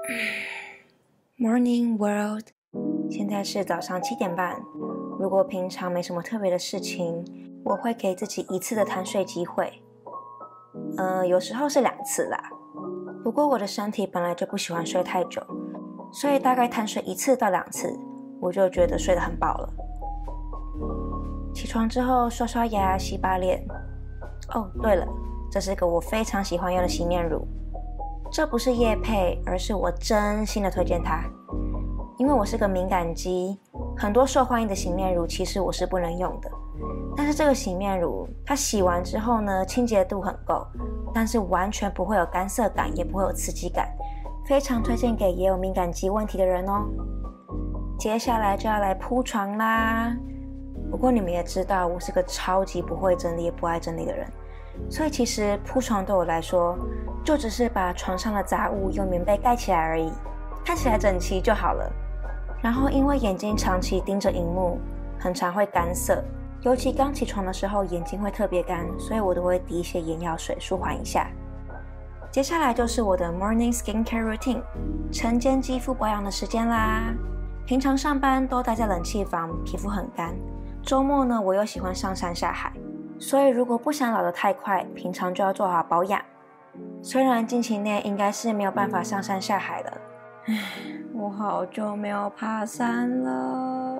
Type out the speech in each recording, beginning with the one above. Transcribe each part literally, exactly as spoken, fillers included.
Morning world， 现在是早上七点半。如果平常没什么特别的事情，我会给自己一次的贪睡机会。呃，有时候是两次啦。不过我的身体本来就不喜欢睡太久，所以大概贪睡一次到两次，我就觉得睡得很饱了。起床之后刷刷牙、洗把脸。哦，对了，这是个我非常喜欢用的洗面乳。这不是业配，而是我真心的推荐它。因为我是个敏感肌，很多受欢迎的洗面乳其实我是不能用的。但是这个洗面乳，它洗完之后呢，清洁度很够，但是完全不会有干涩感，也不会有刺激感，非常推荐给也有敏感肌问题的人哦。接下来就要来铺床啦。不过你们也知道，我是个超级不会整理也不爱整理的人，所以其实铺床对我来说，就只是把床上的杂物用棉被盖起来而已，看起来整齐就好了。然后因为眼睛长期盯着荧幕，很常会干涩，尤其刚起床的时候眼睛会特别干，所以我都会滴一些眼药水舒缓一下。接下来就是我的 morning skincare routine， 晨间肌肤保养的时间啦。平常上班都待在冷气房，皮肤很干。周末呢，我又喜欢上山下海，所以如果不想老得太快，平常就要做好保养。虽然近期内应该是没有办法上山下海了，唉，我好久没有爬山了。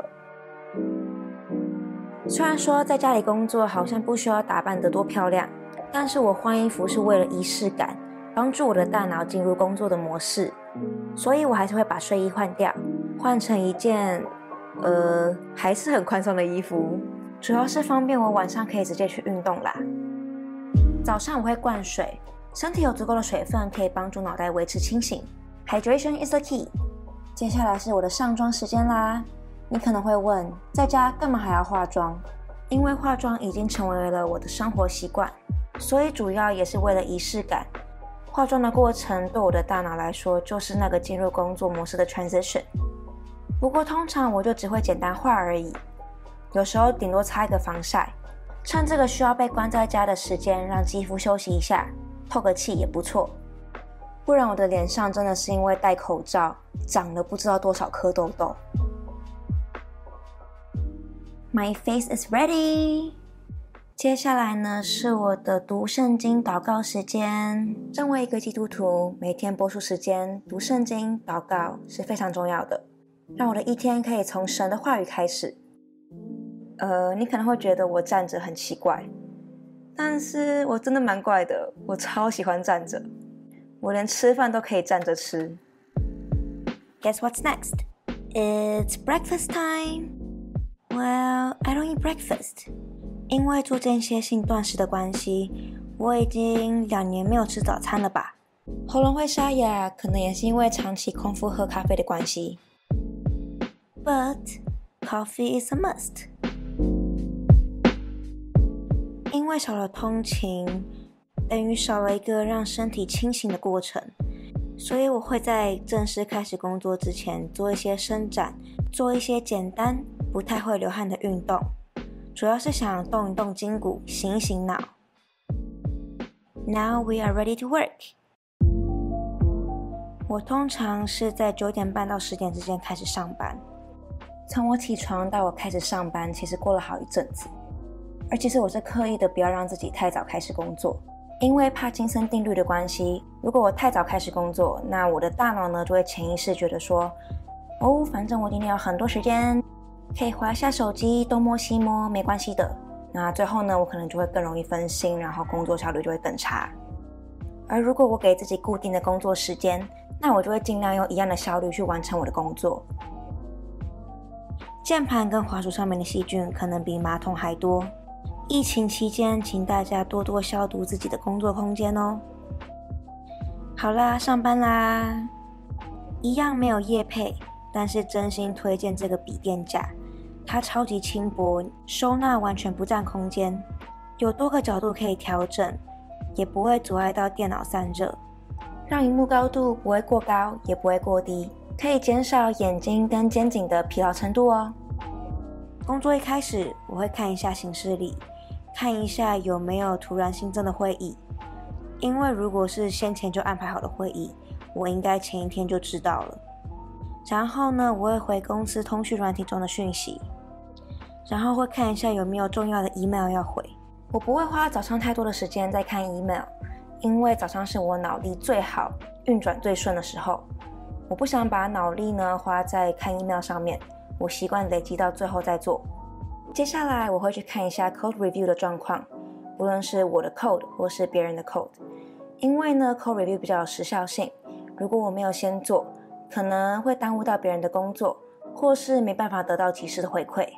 虽然说在家里工作好像不需要打扮得多漂亮，但是我换衣服是为了仪式感，帮助我的大脑进入工作的模式，所以我还是会把睡衣换掉，换成一件呃还是很宽松的衣服，主要是方便我晚上可以直接去运动啦。早上我会灌水，身体有足够的水分可以帮助脑袋维持清醒。Hydration is the key。 接下来是我的上妆时间啦。你可能会问，在家干嘛还要化妆？因为化妆已经成为了我的生活习惯，所以主要也是为了仪式感。化妆的过程对我的大脑来说就是那个进入工作模式的 transition。 不过通常我就只会简单化而已，有时候顶多擦一个防晒，趁这个需要被关在家的时间让肌肤休息一下，透个气也不错。不然我的脸上真的是因为戴口罩长了不知道多少颗痘痘。My face is ready。 接下来呢是我的读圣经祷告时间。身为一个基督徒，每天播出时间读圣经祷告是非常重要的，让我的一天可以从神的话语开始。呃，你可能会觉得我站着很奇怪，但是我真的蛮怪的，我超喜欢站着，我连吃饭都可以站着吃。Guess what's next? It's breakfast time. Well, I don't eat breakfast. 因为做间歇性断食的关系，我已经两年没有吃早餐了吧。喉咙会沙哑，可能也是因为长期空腹喝咖啡的关系。But coffee is a must. 因为少了通勤，等于少了一个让身体清醒的过程，所以我会在正式开始工作之前做一些伸展，做一些简单不太会流汗的运动，主要是想动一动筋骨，醒一醒脑。 Now we are ready to work。 我通常是在九点半到十点之间开始上班。从我起床到我开始上班，其实过了好一阵子。而其实我是刻意的不要让自己太早开始工作，因为怕金森定律的关系，如果我太早开始工作，那我的大脑呢就会潜意识觉得说，哦，反正我今天有很多时间，可以滑下手机，东摸西摸，没关系的。那最后呢，我可能就会更容易分心，然后工作效率就会更差。而如果我给自己固定的工作时间，那我就会尽量用一样的效率去完成我的工作。键盘跟滑鼠上面的细菌可能比马桶还多。疫情期间，请大家多多消毒自己的工作空间哦。好啦，上班啦！一样没有业配，但是真心推荐这个笔电架，它超级轻薄，收纳完全不占空间，有多个角度可以调整，也不会阻碍到电脑散热，让萤幕高度不会过高，也不会过低，可以减少眼睛跟肩颈的疲劳程度哦。工作一开始，我会看一下行事历，看一下有没有突然新增的会议，因为如果是先前就安排好的会议， 我应该前一天就知道了。然后呢，我会回公司通讯软体中的讯息，然后会看一下有没有重要的 email 要回。我不会花早上太多的时间在看 email， 因为早上是我脑力最好、运转最顺的时候。我不想把脑力呢花在看 email 上面，我习惯累积到最后再做。接下来我会去看一下 code review 的状况，无论是我的 code 或是别人的 code， 因为呢 code review 比较有时效性，如果我没有先做，可能会耽误到别人的工作，或是没办法得到及时的回馈。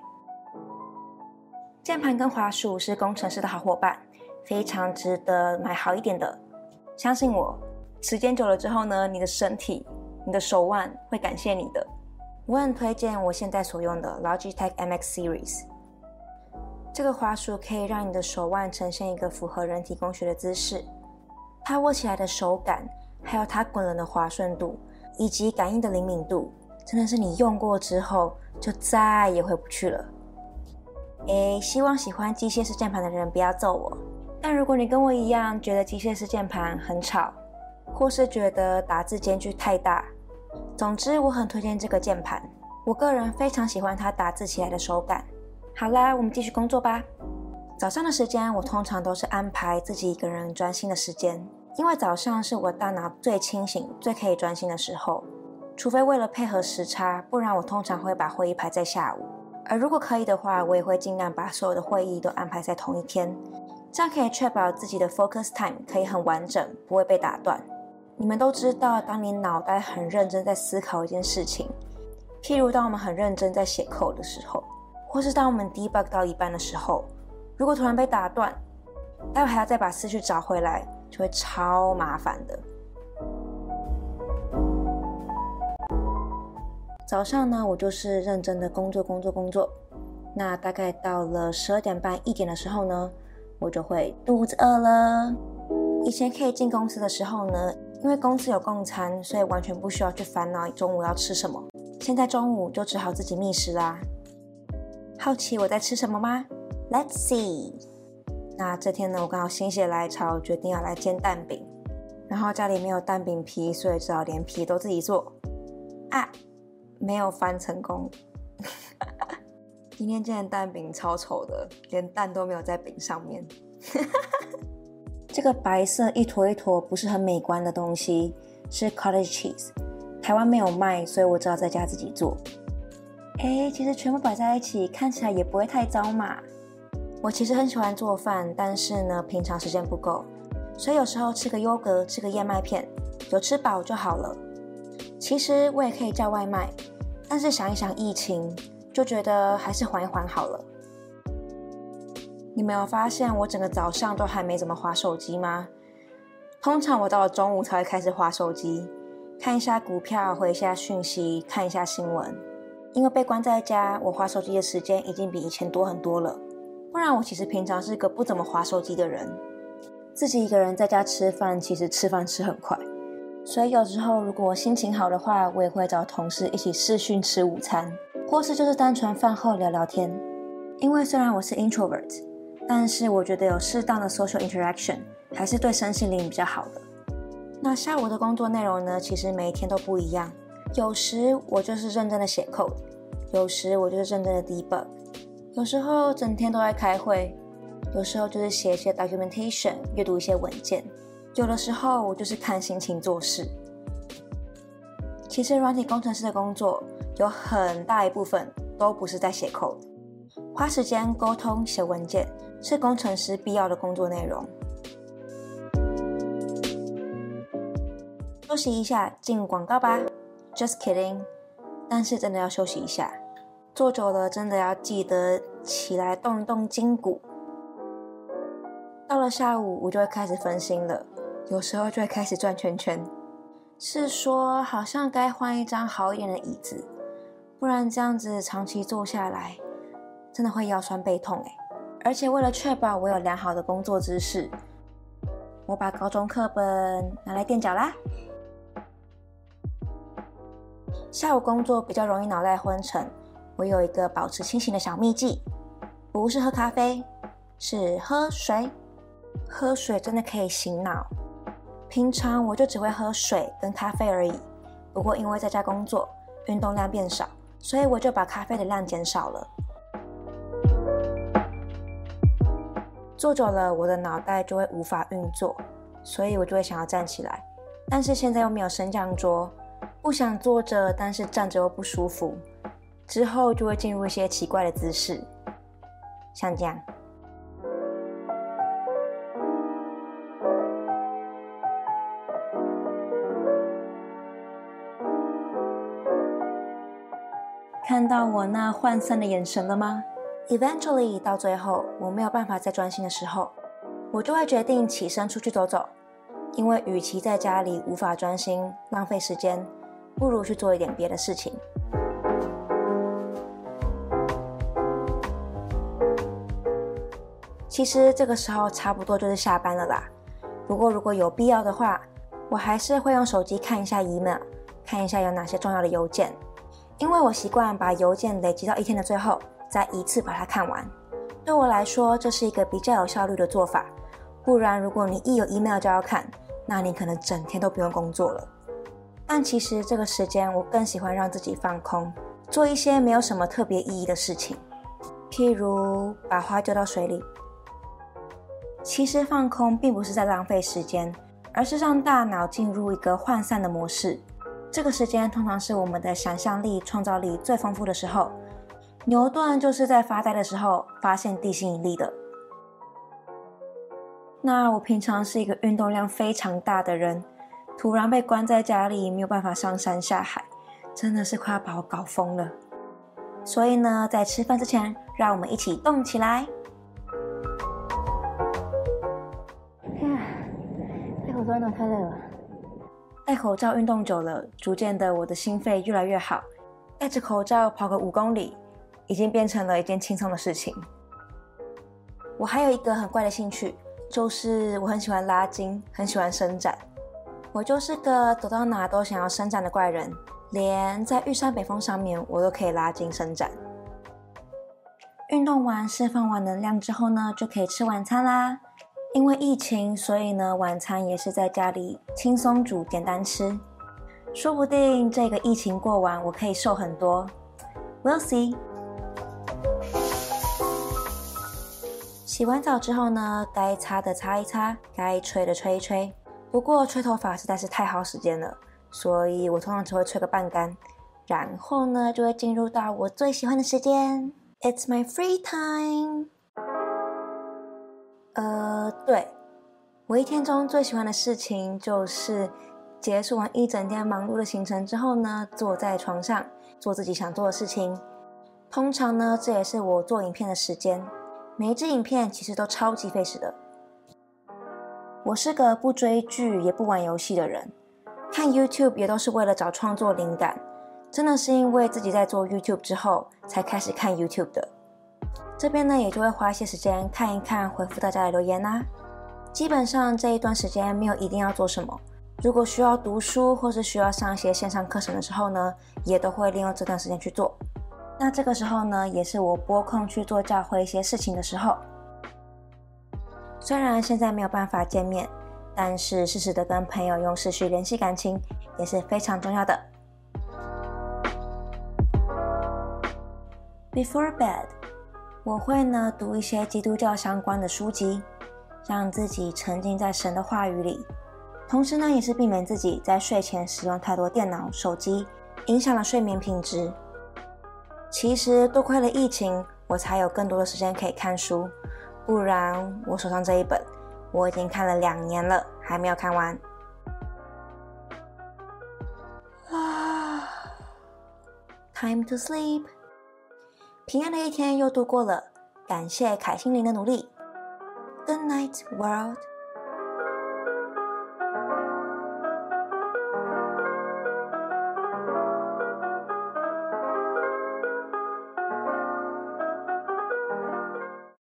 键盘跟滑鼠是工程师的好伙伴，非常值得买好一点的。相信我，时间久了之后呢，你的身体、你的手腕会感谢你的。我很推荐我现在所用的 Logitech M X Series。这个滑鼠可以让你的手腕呈现一个符合人体工学的姿势，它握起来的手感，还有它滚轮的滑顺度，以及感应的灵敏度，真的是你用过之后就再也回不去了。诶，希望喜欢机械式键盘的人不要揍我，但如果你跟我一样觉得机械式键盘很吵，或是觉得打字间距太大，总之我很推荐这个键盘，我个人非常喜欢它打字起来的手感。好啦，我们继续工作吧。早上的时间我通常都是安排自己一个人专心的时间，因为早上是我大脑最清醒、最可以专心的时候，除非为了配合时差，不然我通常会把会议排在下午。而如果可以的话，我也会尽量把所有的会议都安排在同一天，这样可以确保自己的 focus time 可以很完整，不会被打断。你们都知道，当你脑袋很认真在思考一件事情，譬如当我们很认真在写 code 的时候，或是当我们 debug 到一半的时候，如果突然被打断，待会还要再把思绪找回来，就会超麻烦的。早上呢，我就是认真的工作工作工作，那大概到了十二点半一点的时候呢，我就会肚子饿了。以前可以进公司的时候呢，因为公司有供餐，所以完全不需要去烦恼中午要吃什么，现在中午就只好自己觅食啦。好奇我在吃什么吗？ Let's see。 那这天呢，我刚好心血来潮，决定要来煎蛋饼，然后家里没有蛋饼皮，所以只好连皮都自己做啊，没有翻成功。今天煎的蛋饼超丑的，连蛋都没有在饼上面。这个白色一坨一坨不是很美观的东西是 cottage cheese， 台湾没有卖，所以我只好在家自己做。诶，其实全部摆在一起看起来也不会太糟嘛。我其实很喜欢做饭，但是呢平常时间不够，所以有时候吃个优格，吃个燕麦片，有吃饱就好了。其实我也可以叫外卖，但是想一想疫情，就觉得还是缓一缓好了。你没有发现我整个早上都还没怎么滑手机吗？通常我到了中午才会开始滑手机，看一下股票，回一下讯息，看一下新闻。因为被关在家，我滑手机的时间已经比以前多很多了。不然我其实平常是个不怎么滑手机的人。自己一个人在家吃饭，其实吃饭吃很快，所以有时候如果我心情好的话，我也会找同事一起视讯吃午餐，或是就是单纯饭后聊聊天。因为虽然我是 introvert， 但是我觉得有适当的 social interaction 还是对身心灵比较好的。那下午的工作内容呢，其实每一天都不一样。有时我就是认真的写 code， 有时我就是认真的 debug， 有时候整天都在开会，有时候就是写一些 documentation， 阅读一些文件，有的时候我就是看心情做事。其实软体工程师的工作有很大一部分都不是在写 code， 花时间沟通写文件是工程师必要的工作内容。休息一下，进广告吧。Just kidding， 但是真的要休息一下，做久了真的要记得起来动一动筋骨。到了下午我就会开始分心了，有时候就会开始转圈圈，是说好像该换一张好一点的椅子，不然这样子长期坐下来真的会腰酸背痛耶。而且为了确保我有良好的工作姿势，我把高中课本拿来垫脚啦。下午工作比较容易脑袋昏沉，我有一个保持清醒的小秘技，不是喝咖啡，是喝水。喝水真的可以醒脑。 平常我就只会喝水跟咖啡而已，不过因为在家工作，运动量变少，所以我就把咖啡的量减少了。坐久了，我的脑袋就会无法运作，所以我就会想要站起来，但是现在又没有升降桌，不想坐着，但是站着又不舒服，之后就会进入一些奇怪的姿势，像这样。看到我那涣散的眼神了吗？ Eventually 到最后我没有办法再专心的时候，我就会决定起身出去走走，因为与其在家里无法专心浪费时间，不如去做一点别的事情。其实这个时候差不多就是下班了啦，不过如果有必要的话，我还是会用手机看一下 email， 看一下有哪些重要的邮件，因为我习惯把邮件累积到一天的最后再一次把它看完。对我来说，这是一个比较有效率的做法，不然如果你一有 email 就要看，那你可能整天都不用工作了。但其实这个时间我更喜欢让自己放空，做一些没有什么特别意义的事情，譬如把花丢到水里。其实放空并不是在浪费时间，而是让大脑进入一个涣散的模式。这个时间通常是我们的想象力、创造力最丰富的时候。牛顿就是在发呆的时候发现地心引力的。那我平常是一个运动量非常大的人，突然被关在家里，没有办法上山下海，真的是快要把我搞疯了。所以呢，在吃饭之前，让我们一起动起来。天啊，戴口罩真的太累了。戴口罩运动久了，逐渐的我的心肺越来越好，戴着口罩跑个五公里，已经变成了一件轻松的事情。我还有一个很怪的兴趣，就是我很喜欢拉筋，很喜欢伸展。我就是个走到哪都想要伸展的怪人，连在玉山北峰上面我都可以拉筋伸展。运动完释放完能量之后呢，就可以吃晚餐啦。因为疫情，所以呢晚餐也是在家里轻松煮，简单吃。说不定这个疫情过完，我可以瘦很多。We'll see。洗完澡之后呢，该擦的擦一擦，该吹的吹一吹。不过吹头发实在是太耗时间了，所以我通常只会吹个半干，然后呢就会进入到我最喜欢的时间 ，It's my free time。呃，对，我一天中最喜欢的事情就是结束完一整天忙碌的行程之后呢，坐在床上做自己想做的事情。通常呢，这也是我做影片的时间。每一支影片其实都超级费时的。我是个不追剧也不玩游戏的人，看 YouTube 也都是为了找创作灵感，真的是因为自己在做 YouTube 之后才开始看 YouTube 的。这边呢也就会花一些时间看一看回复大家的留言啦。基本上这一段时间没有一定要做什么，如果需要读书或是需要上一些线上课程的时候呢，也都会利用这段时间去做。那这个时候呢，也是我拨空去做教会一些事情的时候。虽然现在没有办法见面，但是适时的跟朋友用视讯联系感情也是非常重要的。Before bed， 我会呢读一些基督教相关的书籍，让自己沉浸在神的话语里。同时呢，也是避免自己在睡前使用太多电脑、手机，影响了睡眠品质。其实多亏了疫情，我才有更多的时间可以看书，不然我手上这一本我已经看了两年了，还没有看完。啊 ，Time to sleep。平安的一天又度过了，感谢凯心凌的努力。Good night, world.